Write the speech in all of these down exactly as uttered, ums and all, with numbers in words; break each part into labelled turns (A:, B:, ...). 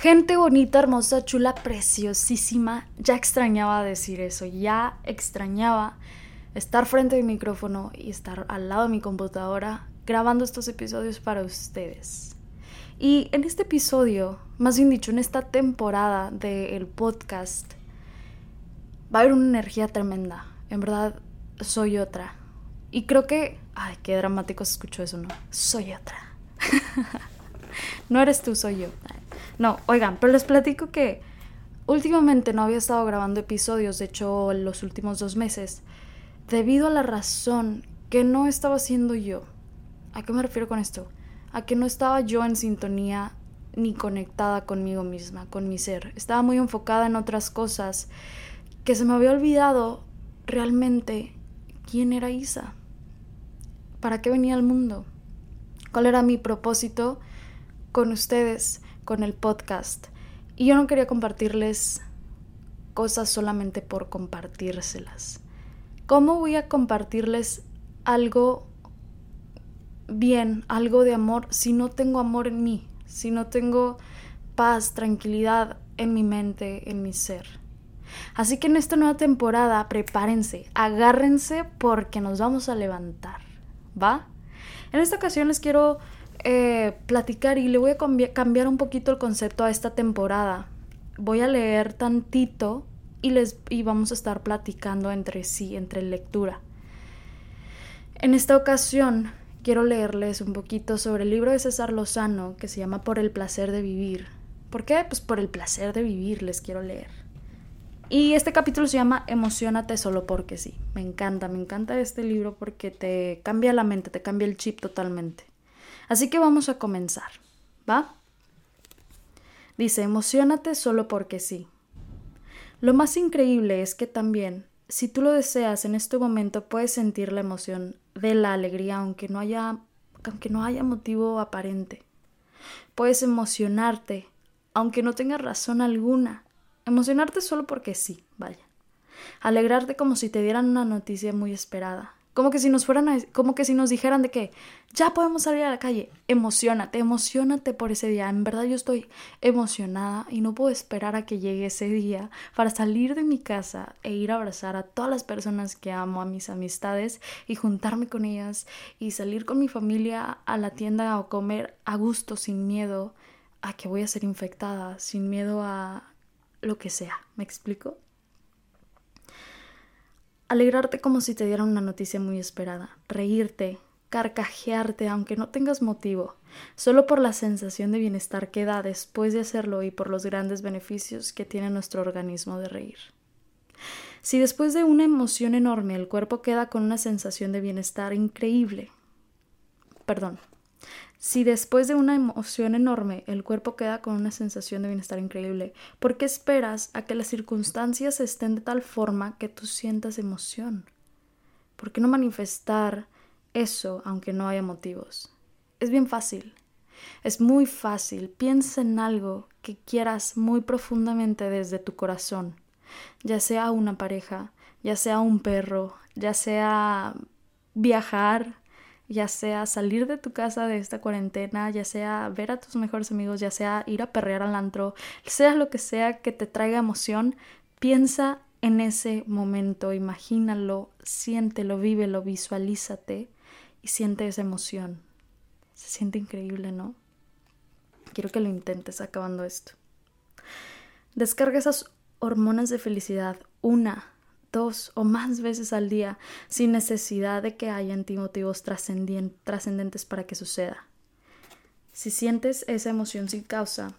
A: Gente bonita, hermosa, chula, preciosísima. Ya extrañaba decir eso, ya extrañaba estar frente al micrófono y estar al lado de mi computadora grabando estos episodios para ustedes. Y en este episodio, más bien dicho, en esta temporada del podcast, va a haber una energía tremenda. En verdad, soy otra. Y creo que... Ay, qué dramático se escuchó eso, ¿no? Soy otra. No eres tú, soy yo. No, oigan, pero les platico que últimamente no había estado grabando episodios, de hecho, los últimos dos meses, debido a la razón que no estaba siendo yo. ¿A qué me refiero con esto? A que no estaba yo en sintonía ni conectada conmigo misma, con mi ser. Estaba muy enfocada en otras cosas que se me había olvidado realmente quién era Isa. ¿Para qué venía al mundo? ¿Cuál era mi propósito con ustedes, con el podcast? Y yo no quería compartirles cosas solamente por compartírselas. ¿Cómo voy a compartirles algo bien, algo de amor, si no tengo amor en mí? Si no tengo paz, tranquilidad en mi mente, en mi ser. Así que en esta nueva temporada, prepárense, agárrense porque nos vamos a levantar, ¿va? En esta ocasión les quiero eh, platicar y le voy a cambi- cambiar un poquito el concepto a esta temporada. Voy a leer tantito y, les, y vamos a estar platicando entre sí, entre lectura. En esta ocasión quiero leerles un poquito sobre el libro de César Lozano que se llama Por el placer de vivir. ¿Por qué? Pues por el placer de vivir les quiero leer. Y este capítulo se llama Emociónate solo porque sí. Me encanta, me encanta este libro porque te cambia la mente, te cambia el chip totalmente. Así que vamos a comenzar, ¿va? Dice, emociónate solo porque sí. Lo más increíble es que también, si tú lo deseas en este momento, puedes sentir la emoción de la alegría aunque no haya, aunque no haya motivo aparente. Puedes emocionarte aunque no tengas razón alguna. Emocionarte solo porque sí, vaya. Alegrarte como si te dieran una noticia muy esperada. Como que si nos fueran a, como que si nos dijeran de que ya podemos salir a la calle. Emociónate, emociónate por ese día. En verdad yo estoy emocionada y no puedo esperar a que llegue ese día para salir de mi casa e ir a abrazar a todas las personas que amo, a mis amistades y juntarme con ellas y salir con mi familia a la tienda a comer a gusto, sin miedo a que voy a ser infectada, sin miedo a lo que sea. ¿Me explico? Alegrarte como si te dieran una noticia muy esperada, reírte, carcajearte aunque no tengas motivo, solo por la sensación de bienestar que da después de hacerlo y por los grandes beneficios que tiene nuestro organismo de reír. Si después de una emoción enorme el cuerpo queda con una sensación de bienestar increíble, perdón, Si después de una emoción enorme el cuerpo queda con una sensación de bienestar increíble, ¿por qué esperas a que las circunstancias estén de tal forma que tú sientas emoción? ¿Por qué no manifestar eso aunque no haya motivos? Es bien fácil, es muy fácil. Piensa en algo que quieras muy profundamente desde tu corazón, ya sea una pareja, ya sea un perro, ya sea viajar, ya sea salir de tu casa de esta cuarentena, ya sea ver a tus mejores amigos, ya sea ir a perrear al antro, sea lo que sea que te traiga emoción, piensa en ese momento, imagínalo, siéntelo, vívelo, visualízate y siente esa emoción. Se siente increíble, ¿no? Quiero que lo intentes acabando esto. Descarga esas hormonas de felicidad una, dos o más veces al día sin necesidad de que haya en ti motivos trascendentes para que suceda. Si sientes esa emoción sin causa,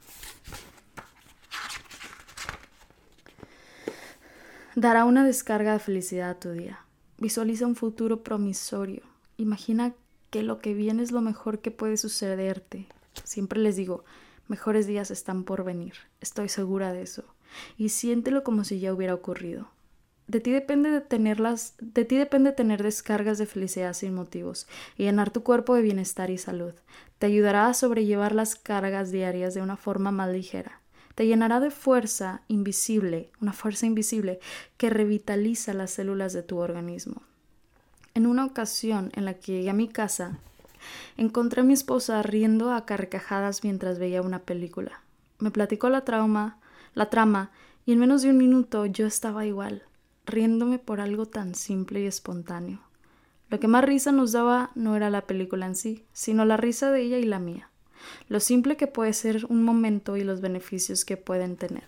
A: dará una descarga de felicidad a tu día. Visualiza un futuro promisorio. Imagina que lo que viene es lo mejor que puede sucederte. Siempre les digo, mejores días están por venir. Estoy segura de eso. Y siéntelo como si ya hubiera ocurrido. De ti depende de tenerlas, de ti depende tener descargas de felicidad sin motivos y llenar tu cuerpo de bienestar y salud. Te ayudará a sobrellevar las cargas diarias de una forma más ligera. Te llenará de fuerza invisible, una fuerza invisible que revitaliza las células de tu organismo. En una ocasión en la que llegué a mi casa, encontré a mi esposa riendo a carcajadas mientras veía una película. Me platicó la trauma, la trama, y en menos de un minuto yo estaba igual, riéndome por algo tan simple y espontáneo. Lo que más risa nos daba no era la película en sí, sino la risa de ella y la mía. Lo simple que puede ser un momento y los beneficios que pueden tener.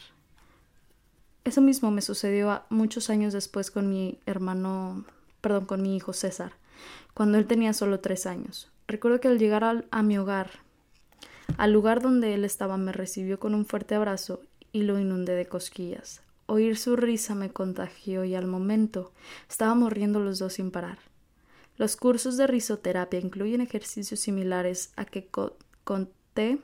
A: Eso mismo me sucedió muchos años después con mi hermano, perdón, con mi hijo César, cuando él tenía solo tres años. Recuerdo que al llegar al, a mi hogar, al lugar donde él estaba, me recibió con un fuerte abrazo y lo inundé de cosquillas. Oír su risa me contagió y al momento estábamos riendo los dos sin parar. Los cursos de risoterapia incluyen ejercicios similares a que co- conté,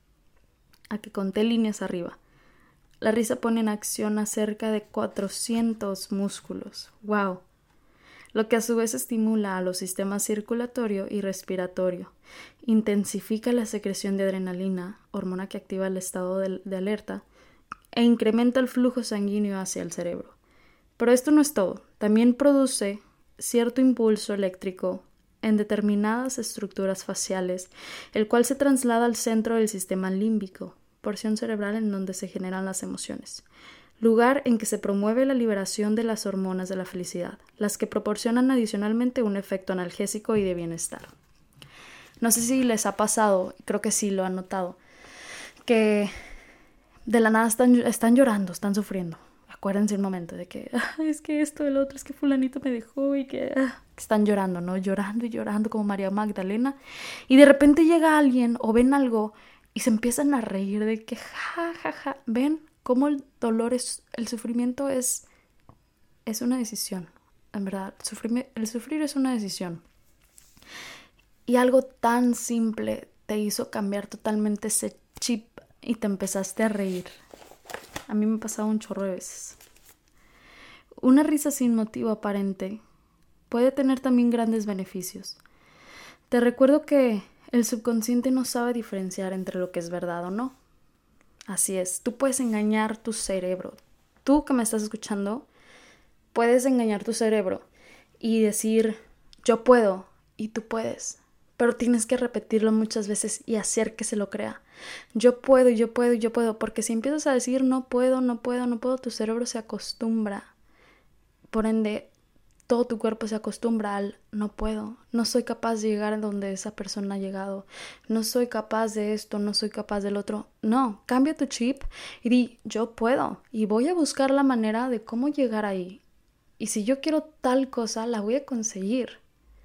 A: a que conté líneas arriba. La risa pone en acción a cerca de cuatrocientos músculos. ¡Wow! Lo que a su vez estimula a los sistemas circulatorio y respiratorio, intensifica la secreción de adrenalina, hormona que activa el estado de, de alerta, e incrementa el flujo sanguíneo hacia el cerebro. Pero esto no es todo, también produce cierto impulso eléctrico en determinadas estructuras faciales, el cual se traslada al centro del sistema límbico, porción cerebral en donde se generan las emociones. Lugar en que se promueve la liberación de las hormonas de la felicidad, las que proporcionan adicionalmente un efecto analgésico y de bienestar. No sé si les ha pasado, creo que sí lo han notado, que de la nada están, están llorando, están sufriendo. Acuérdense un momento de que ah, es que esto, el otro, es que fulanito me dejó y que, ah, que están llorando, ¿no? Llorando y llorando como María Magdalena. Y de repente llega alguien o ven algo y se empiezan a reír de que ja, ja, ja. ¿Ven cómo el dolor es, el sufrimiento es, es una decisión? En verdad, sufrir, el sufrir es una decisión. Y algo tan simple te hizo cambiar totalmente ese chip y te empezaste a reír. A mí me ha pasado un chorro de veces. Una risa sin motivo aparente puede tener también grandes beneficios. Te recuerdo que el subconsciente no sabe diferenciar entre lo que es verdad o no. Así es, tú puedes engañar tu cerebro. Tú que me estás escuchando, puedes engañar tu cerebro y decir, yo puedo, y tú puedes. Pero tienes que repetirlo muchas veces y hacer que se lo crea. Yo puedo, yo puedo, yo puedo. Porque si empiezas a decir no puedo, no puedo, no puedo, tu cerebro se acostumbra. Por ende, todo tu cuerpo se acostumbra al no puedo. No soy capaz de llegar a donde esa persona ha llegado. No soy capaz de esto, no soy capaz del otro. No, cambia tu chip y di yo puedo. Y voy a buscar la manera de cómo llegar ahí. Y si yo quiero tal cosa, la voy a conseguir.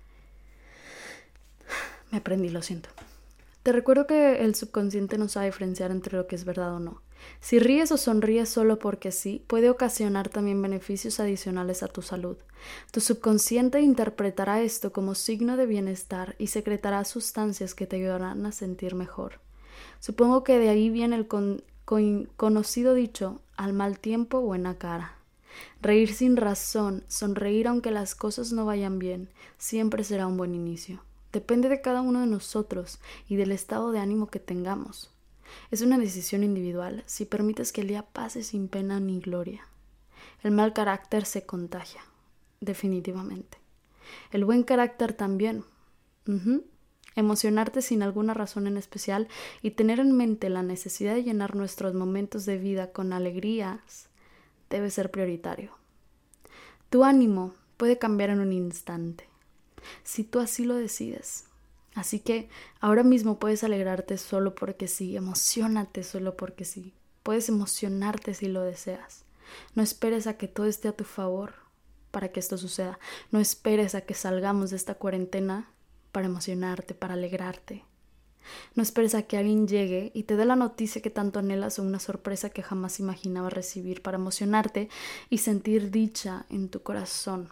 A: Me aprendí, lo siento. Te recuerdo que el subconsciente no sabe diferenciar entre lo que es verdad o no. Si ríes o sonríes solo porque sí, puede ocasionar también beneficios adicionales a tu salud. Tu subconsciente interpretará esto como signo de bienestar y secretará sustancias que te ayudarán a sentir mejor. Supongo que de ahí viene el con, con, conocido dicho, al mal tiempo, buena cara. Reír sin razón, sonreír aunque las cosas no vayan bien, siempre será un buen inicio. Depende de cada uno de nosotros y del estado de ánimo que tengamos. Es una decisión individual si permites que el día pase sin pena ni gloria. El mal carácter se contagia, definitivamente. El buen carácter también. Uh-huh. Emocionarte sin alguna razón en especial y tener en mente la necesidad de llenar nuestros momentos de vida con alegrías debe ser prioritario. Tu ánimo puede cambiar en un instante, si tú así lo decides. Así que ahora mismo puedes alegrarte solo porque sí, emociónate solo porque sí. Puedes emocionarte si lo deseas. No esperes a que todo esté a tu favor para que esto suceda. No esperes a que salgamos de esta cuarentena para emocionarte, para alegrarte. No esperes a que alguien llegue y te dé la noticia que tanto anhelas o una sorpresa que jamás imaginabas recibir para emocionarte y sentir dicha en tu corazón.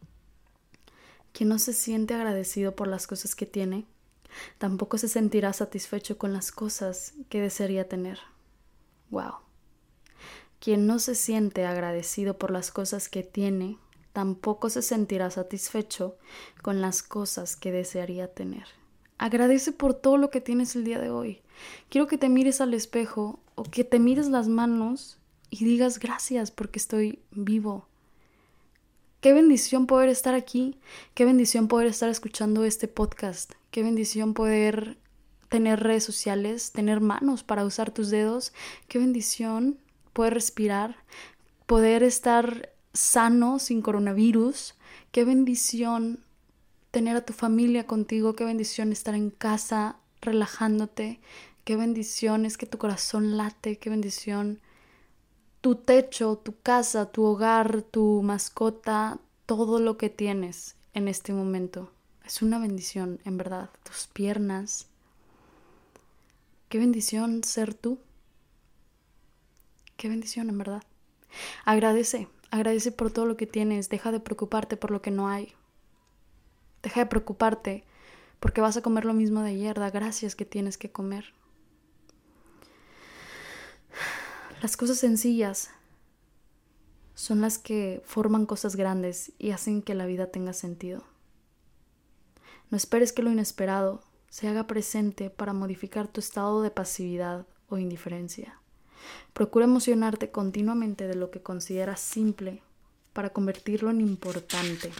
A: Quien no se siente agradecido por las cosas que tiene, tampoco se sentirá satisfecho con las cosas que desearía tener. Wow. Quien no se siente agradecido por las cosas que tiene, tampoco se sentirá satisfecho con las cosas que desearía tener. Agradece por todo lo que tienes el día de hoy. Quiero que te mires al espejo o que te mires las manos y digas gracias porque estoy vivo. Qué bendición poder estar aquí, qué bendición poder estar escuchando este podcast, qué bendición poder tener redes sociales, tener manos para usar tus dedos. Qué bendición poder respirar, poder estar sano sin coronavirus. Qué bendición tener a tu familia contigo. Qué bendición estar en casa relajándote. Qué bendición es que tu corazón late. Qué bendición tu techo, tu casa, tu hogar, tu mascota, todo lo que tienes en este momento. Es una bendición, en verdad. Tus piernas. Qué bendición ser tú. Qué bendición, en verdad. Agradece, agradece por todo lo que tienes. Deja de preocuparte por lo que no hay. Deja de preocuparte porque vas a comer lo mismo de ayer. Da gracias que tienes que comer. Las cosas sencillas son las que forman cosas grandes y hacen que la vida tenga sentido. No esperes que lo inesperado se haga presente para modificar tu estado de pasividad o indiferencia. Procura emocionarte continuamente de lo que consideras simple para convertirlo en importante.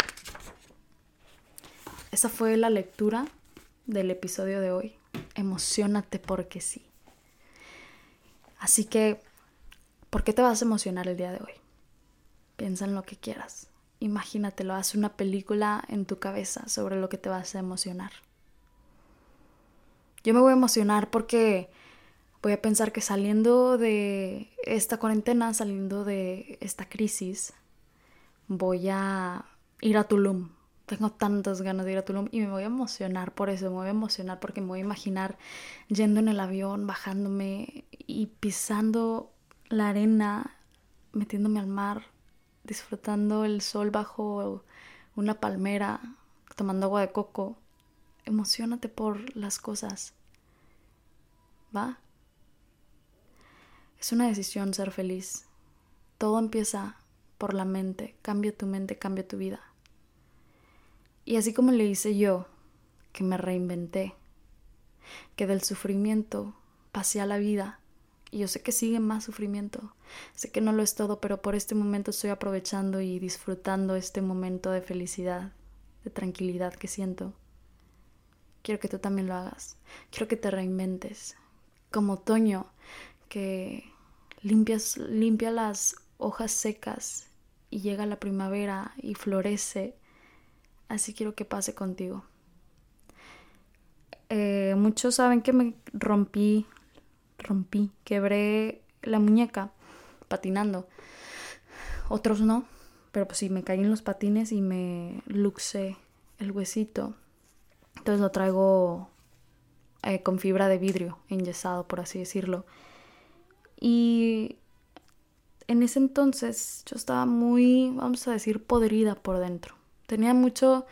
A: Esa fue la lectura del episodio de hoy. Emociónate porque sí. Así que, ¿por qué te vas a emocionar el día de hoy? Piensa en lo que quieras. Imagínatelo, haz una película en tu cabeza sobre lo que te vas a emocionar. Yo me voy a emocionar porque voy a pensar que saliendo de esta cuarentena, saliendo de esta crisis, voy a ir a Tulum. Tengo tantas ganas de ir a Tulum y me voy a emocionar por eso. Me voy a emocionar porque me voy a imaginar yendo en el avión, bajándome y pisando la arena, metiéndome al mar, disfrutando el sol bajo una palmera, tomando agua de coco. Emociónate por las cosas, ¿va? Es una decisión ser feliz. Todo empieza por la mente. Cambia tu mente, cambia tu vida. Y así como le hice yo, que me reinventé, que del sufrimiento pasé a la vida, y yo sé que sigue más sufrimiento, sé que no lo es todo, pero por este momento estoy aprovechando y disfrutando este momento de felicidad, de tranquilidad que siento. Quiero que tú también lo hagas. Quiero que te reinventes. Como otoño, que limpias, limpia las hojas secas y llega la primavera y florece. Así quiero que pase contigo. Eh, muchos saben que me rompí, rompí, quebré la muñeca patinando. Otros no, pero pues sí, me caí en los patines y me luxé el huesito. Entonces lo traigo eh, con fibra de vidrio, enyesado, por así decirlo. Y en ese entonces yo estaba muy, vamos a decir, podrida por dentro. Tenía mucho,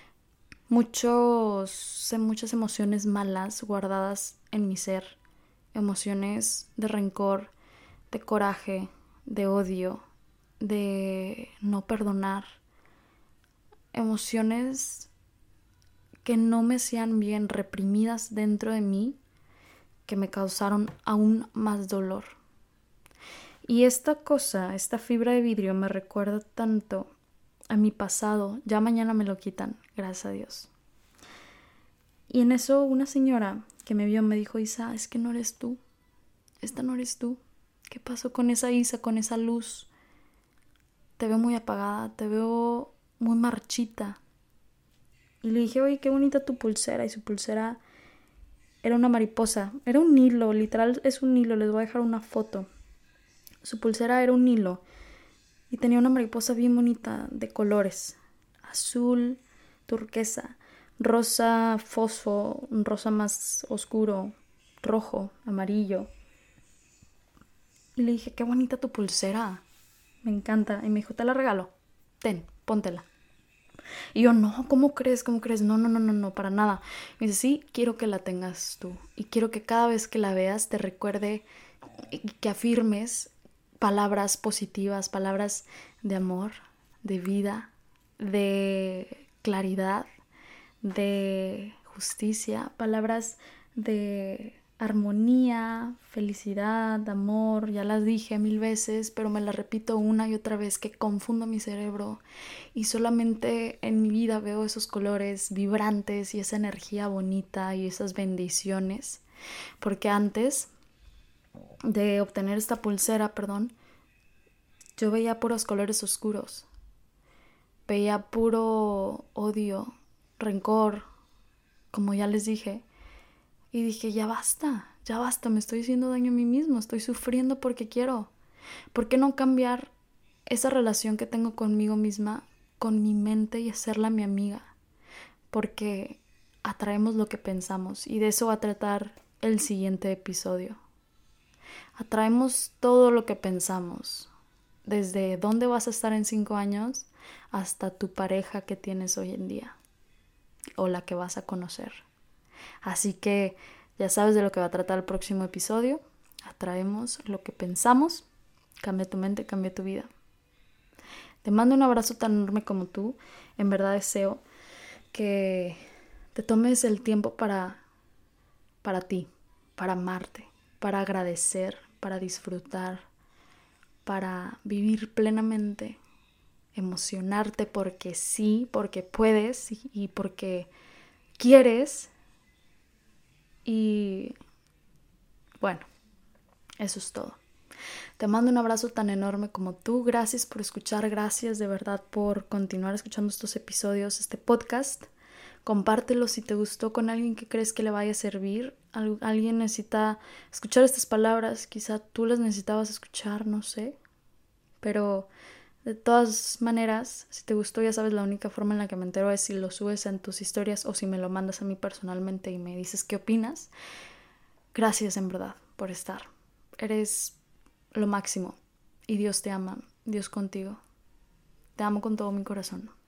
A: muchos, muchas emociones malas guardadas en mi ser. Emociones de rencor, de coraje, de odio, de no perdonar. Emociones que no me hacían bien, reprimidas dentro de mí, que me causaron aún más dolor. Y esta cosa, esta fibra de vidrio me recuerda tanto a mi pasado. Ya mañana me lo quitan, gracias a Dios. Y en eso una señora que me vio me dijo: Isa, es que no eres tú. Esta no eres tú. ¿Qué pasó con esa Isa, con esa luz? Te veo muy apagada, te veo muy marchita. Y le dije: oye, qué bonita tu pulsera. Y su pulsera era una mariposa. Era un hilo, literal es un hilo. Les voy a dejar una foto. Su pulsera era un hilo. Y tenía una mariposa bien bonita de colores. Azul, turquesa, rosa fosfo, un rosa más oscuro, rojo, amarillo. Y le dije: qué bonita tu pulsera. Me encanta. Y me dijo: te la regalo. Ten, póntela. Y yo: no, ¿cómo crees? ¿Cómo crees? No, no, no, no, no, para nada. Me dice: sí, quiero que la tengas tú. Y quiero que cada vez que la veas te recuerde y que afirmes palabras positivas, palabras de amor, de vida, de claridad, de justicia, palabras de armonía, felicidad, amor, ya las dije mil veces, pero me las repito una y otra vez que confundo mi cerebro y solamente en mi vida veo esos colores vibrantes y esa energía bonita y esas bendiciones, porque antes de obtener esta pulsera, perdón, yo veía puros colores oscuros, veía puro odio, rencor, como ya les dije. Y dije, ya basta, ya basta, me estoy haciendo daño a mí mismo, estoy sufriendo porque quiero. ¿Por qué no cambiar esa relación que tengo conmigo misma, con mi mente y hacerla mi amiga? Porque atraemos lo que pensamos y de eso va a tratar el siguiente episodio. Atraemos todo lo que pensamos, desde dónde vas a estar en cinco años hasta tu pareja que tienes hoy en día o la que vas a conocer. Así que ya sabes de lo que va a tratar el próximo episodio. Atraemos lo que pensamos. Cambia tu mente, cambia tu vida. Te mando un abrazo tan enorme como tú. En verdad deseo que te tomes el tiempo para, para ti, para amarte, para agradecer, para disfrutar, para vivir plenamente, emocionarte porque sí, porque puedes y porque quieres. Y bueno, eso es todo. Te mando un abrazo tan enorme como tú. Gracias por escuchar, gracias de verdad por continuar escuchando estos episodios, este podcast. Compártelo si te gustó con alguien que crees que le vaya a servir. Al- alguien necesita escuchar estas palabras, quizá tú las necesitabas escuchar, no sé. Pero de todas maneras, si te gustó, ya sabes, la única forma en la que me entero es si lo subes en tus historias o si me lo mandas a mí personalmente y me dices qué opinas. Gracias en verdad por estar. Eres lo máximo y Dios te ama, Dios contigo. Te amo con todo mi corazón.